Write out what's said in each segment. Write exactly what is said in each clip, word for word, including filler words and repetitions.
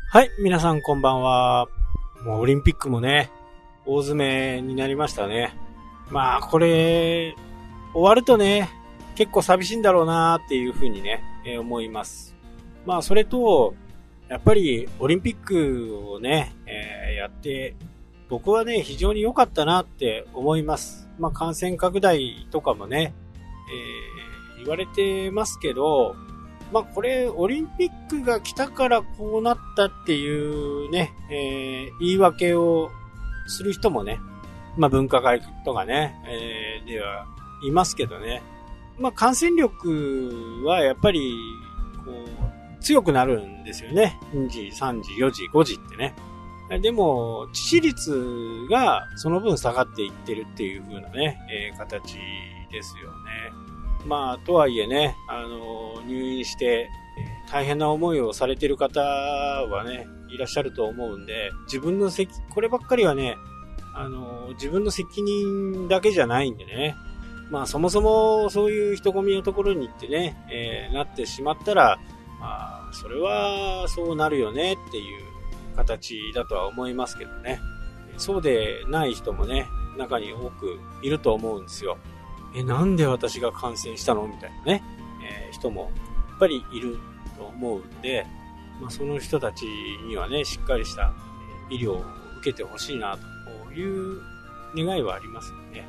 はい、皆さんこんばんは。もうオリンピックもね、大詰めになりましたね。まあ、これ、終わるとね、結構寂しいんだろうなっていうふうにね、えー、思います。まあ、それと、やっぱりオリンピックをね、えー、やって、僕はね、非常に良かったなって思います。まあ、感染拡大とかもね、えー、言われてますけど、まあこれオリンピックが来たからこうなったっていうね、えー、言い訳をする人もね、まあ文化会とかね、えー、ではいますけどね、まあ感染力はやっぱりこう強くなるんですよね。にじ、さんじ、よじ、ごじってね。でも致死率がその分下がっていってるっていう風なね、えー、形ですよね。まあ、とはいえね、あの、入院して、大変な思いをされている方はね、いらっしゃると思うんで、自分の責、こればっかりはね、あの、自分の責任だけじゃないんでね、まあ、そもそもそういう人混みのところに行ってね、えー、なってしまったら、まあ、それはそうなるよねっていう形だとは思いますけどね。そうでない人もね、中に多くいると思うんですよ。え、なんで私が感染したのみたいなね、えー、人もやっぱりいると思うんで、まあ、その人たちにはね、しっかりした医療を受けてほしいなという願いはありますよね。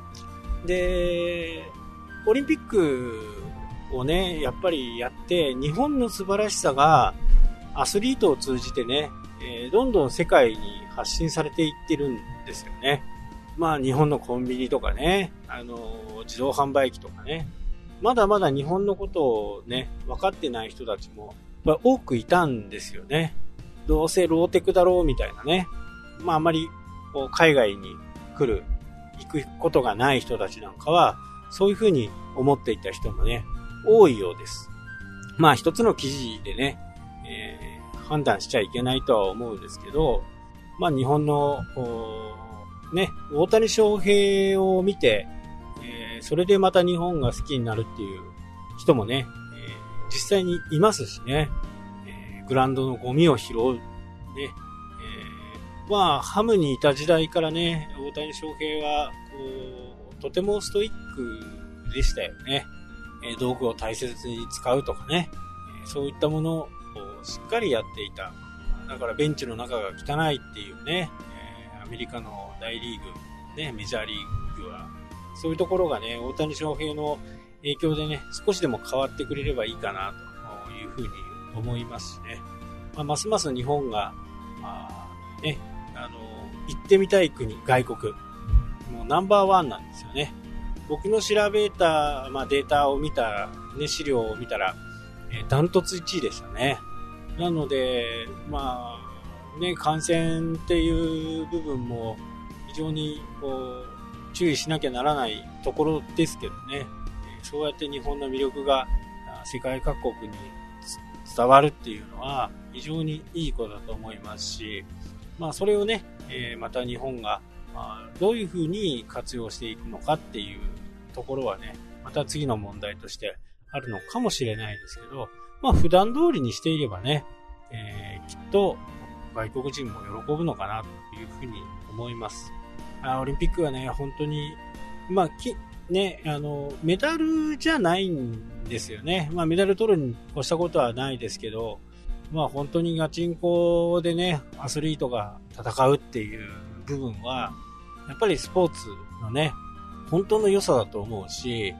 で、オリンピックをね、やっぱりやって、日本の素晴らしさがアスリートを通じてね、えー、どんどん世界に発信されていってるんですよね。まあ日本のコンビニとかね、あのー、自動販売機とかね、まだまだ日本のことをね、分かってない人たちもやっぱ多くいたんですよね。どうせローテクだろうみたいなね。まああまりこう海外に来る、行くことがない人たちなんかは、そういうふうに思っていた人もね、多いようです。まあ一つの記事でね、えー、判断しちゃいけないとは思うんですけど、まあ日本の、ね、大谷翔平を見て、えー、それでまた日本が好きになるっていう人もね、えー、実際にいますしね、えー、グラウンドのゴミを拾う、ね、えー、まあ、ハムにいた時代からね、大谷翔平は、こう、とてもストイックでしたよね。えー、道具を大切に使うとかね、えー、そういったものをしっかりやっていた。だからベンチの中が汚いっていうね、アメリカの大リーグ、ね、メジャーリーグは、そういうところがね、大谷翔平の影響でね、少しでも変わってくれればいいかなというふうに思いますしね。まあ、ますます日本が、まあ、ね、あの、行ってみたい国、外国、もうナンバーワンなんですよね。僕の調べた、まあ、データを見た、ね、資料を見たら、えー、ダントツいちいでしたね。なので、まあ、ね、感染っていう部分も非常にこう注意しなきゃならないところですけどね、そうやって日本の魅力が世界各国に伝わるっていうのは非常にいいことだと思いますし、まあそれをね、えー、また日本がどういうふうに活用していくのかっていうところはね、また次の問題としてあるのかもしれないですけど、まあ普段通りにしていればね、えー、きっと外国人も喜ぶのかなというふうに思います。あ、オリンピックはね、本当に、まあ、き、ね、あの、メダルじゃないんですよね。まあ、メダル取るに越したことはないですけど、まあ、本当にガチンコでね、アスリートが戦うっていう部分は、やっぱりスポーツのね、本当の良さだと思うし、えー、やっ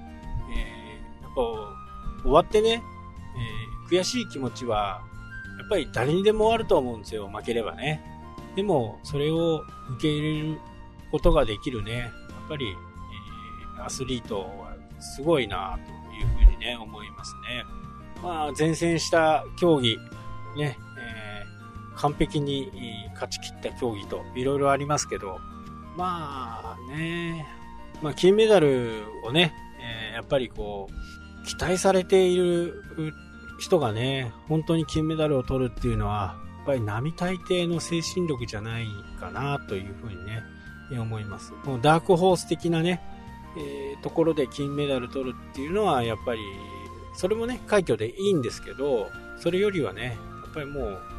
ぱ、終わってね、えー、悔しい気持ちは、やっぱり誰にでもあると思うんですよ、負ければね。でも、それを受け入れることができるね、やっぱり、えー、アスリートはすごいなというふうにね、思いますね。まあ、前線した競技、ね、えー、完璧に勝ち切った競技といろいろありますけど、まあね、まあ、金メダルをね、えー、やっぱりこう、期待されている人がね、本当に金メダルを取るっていうのは、やっぱり並大抵の精神力じゃないかなというふうにね、思います。もうダークホース的なね、えー、ところで金メダル取るっていうのは、やっぱり、それもね、快挙でいいんですけど、それよりはね、やっぱりもう、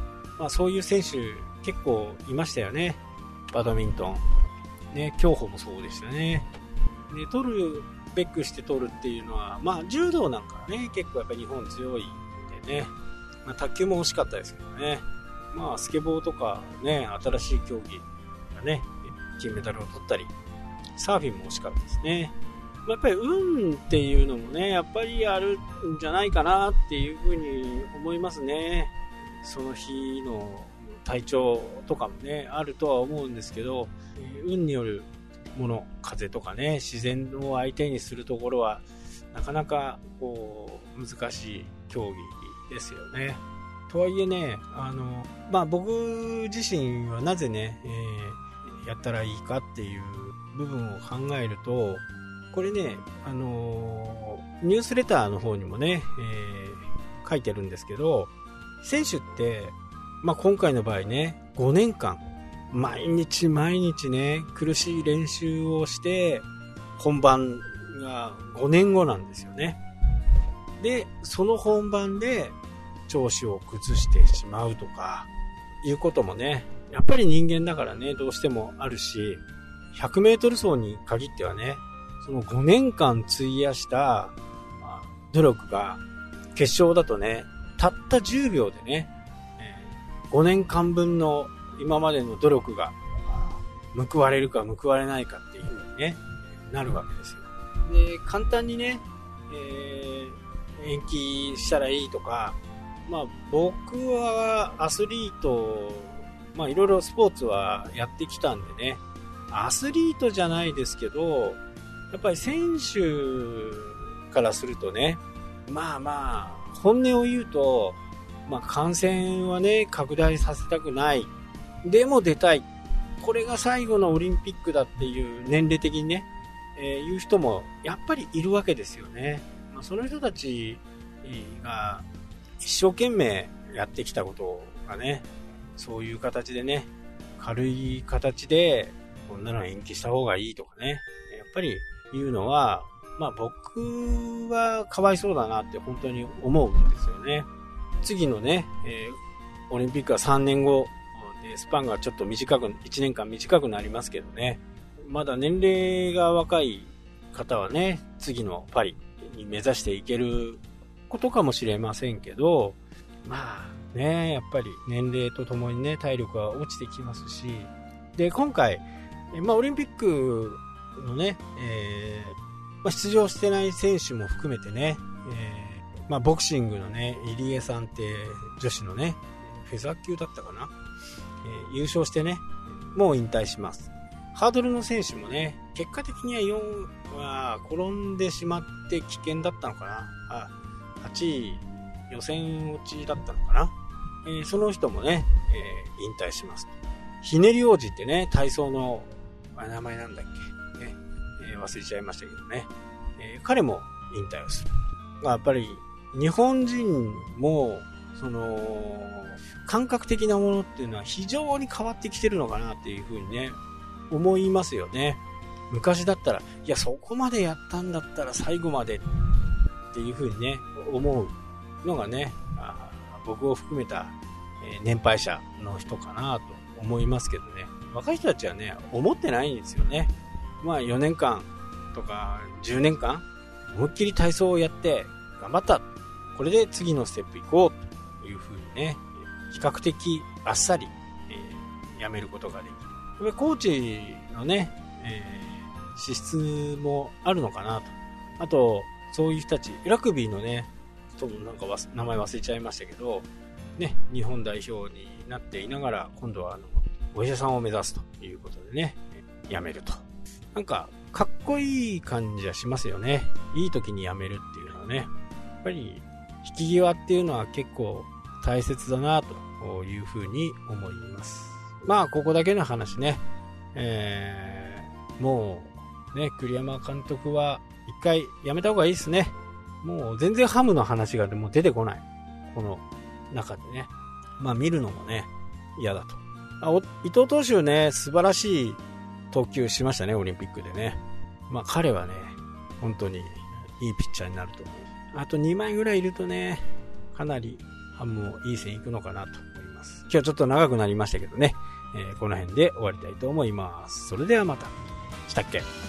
まあそういう選手結構いましたよね。バドミントン。ね、競歩もそうでしたね。で、取るべくして取るっていうのは、まあ柔道なんかはね、結構やっぱり日本強いんでね。まあ卓球も惜しかったですけどね。まあスケボーとかね、新しい競技がね、金メダルを取ったり、サーフィンも惜しかったですね。やっぱり運っていうのもね、やっぱりあるんじゃないかなっていうふうに思いますね。その日の体調とかもね、あるとは思うんですけど、運によるもの、風とかね、自然を相手にするところは、なかなかこう難しい競技ですよね。とはいえね、あの、まあ僕自身はなぜね、えー、やったらいいかっていう部分を考えると、これね、あのー、ニュースレターの方にもね、えー、書いてるんですけど、選手って、まあ、今回の場合ね、ごねんかん、毎日毎日ね、苦しい練習をして、本番がごねんごなんですよね。で、その本番で調子を崩してしまうとか、いうこともね、やっぱり人間だからね、どうしてもあるし、ひゃくメートル走に限ってはね、そのごねんかん費やした努力が決勝だとね、たったじゅうびょうでね、ごねんかんぶんの今までの努力が報われるか報われないかっていう風にね、なるわけですよ。で、簡単にね、えー、延期したらいいとか、まあ僕はアスリート、まあいろいろスポーツはやってきたんでね、アスリートじゃないですけど、やっぱり選手からするとね、まあまあ、本音を言うと、まあ感染はね、拡大させたくない。でも出たい。これが最後のオリンピックだっていう年齢的にね、えー、いう人もやっぱりいるわけですよね。まあ、その人たちが一生懸命やってきたことがね、そういう形でね、軽い形で、こんなの延期した方がいいとかね、やっぱりいうのは、まあ僕はかわいそうだなって本当に思うんですよね。次のね、えー、オリンピックはさんねんごで、スパンがちょっと短く、いちねんかん短くなりますけどね、まだ年齢が若い方はね、次のパリに目指していけることかもしれませんけど、まあね、やっぱり年齢とともにね、体力は落ちてきますし、で、今回、まあオリンピックのね、えーまあ、出場してない選手も含めてね、えーまあ、ボクシングのね、入江さんって女子のね、フェザー級だったかな、えー、優勝してね、もう引退します。ハードルの選手もね、結果的にはよんは転んでしまって危険だったのかな、あ、はちい予選落ちだったのかな、えー、その人もね、えー、引退します。ひねり王子ってね、体操の名前なんだっけ、ね、えー、忘れちゃいましたけどね、えー、彼も引退をする。まあ、やっぱり日本人もその感覚的なものっていうのは非常に変わってきてるのかなっていうふうにね、思いますよね。昔だったら、いやそこまでやったんだったら最後までっていうふうにね思うのがね、あ、僕を含めた、えー、年配者の人かなと思いますけどね。若い人たちはね、思ってないんですよね。まあよねんかんとかじゅうねんかん思いっきり体操をやって頑張った、これで次のステップ行こうというふうにね、比較的あっさり、えー、やめることができる。コーチのね、えー、資質もあるのかなと。あとそういう人たち、ラグビーのね、ちょっとなんか名前忘れちゃいましたけどね、日本代表になっていながら今度はあのお医者さんを目指すということでね、辞めると。なんかかっこいい感じはしますよね。いい時に辞めるっていうのはね、やっぱり引き際っていうのは結構大切だなというふうに思います。まあここだけの話ね、えー、もうね、栗山監督は一回辞めた方がいいですね。もう全然ハムの話がもう出てこない、この中でね。まあ見るのもね、嫌だと。あ、伊藤投手ね、素晴らしい投球しましたね、オリンピックでね。まあ彼はね、本当にいいピッチャーになると思う。あとにまいぐらいいるとね、かなりハムもいい線いくのかなと思いま 。今日はちょっと長くなりましたけどね、えー、この辺で終わりたいと思います。それではまた。したっけ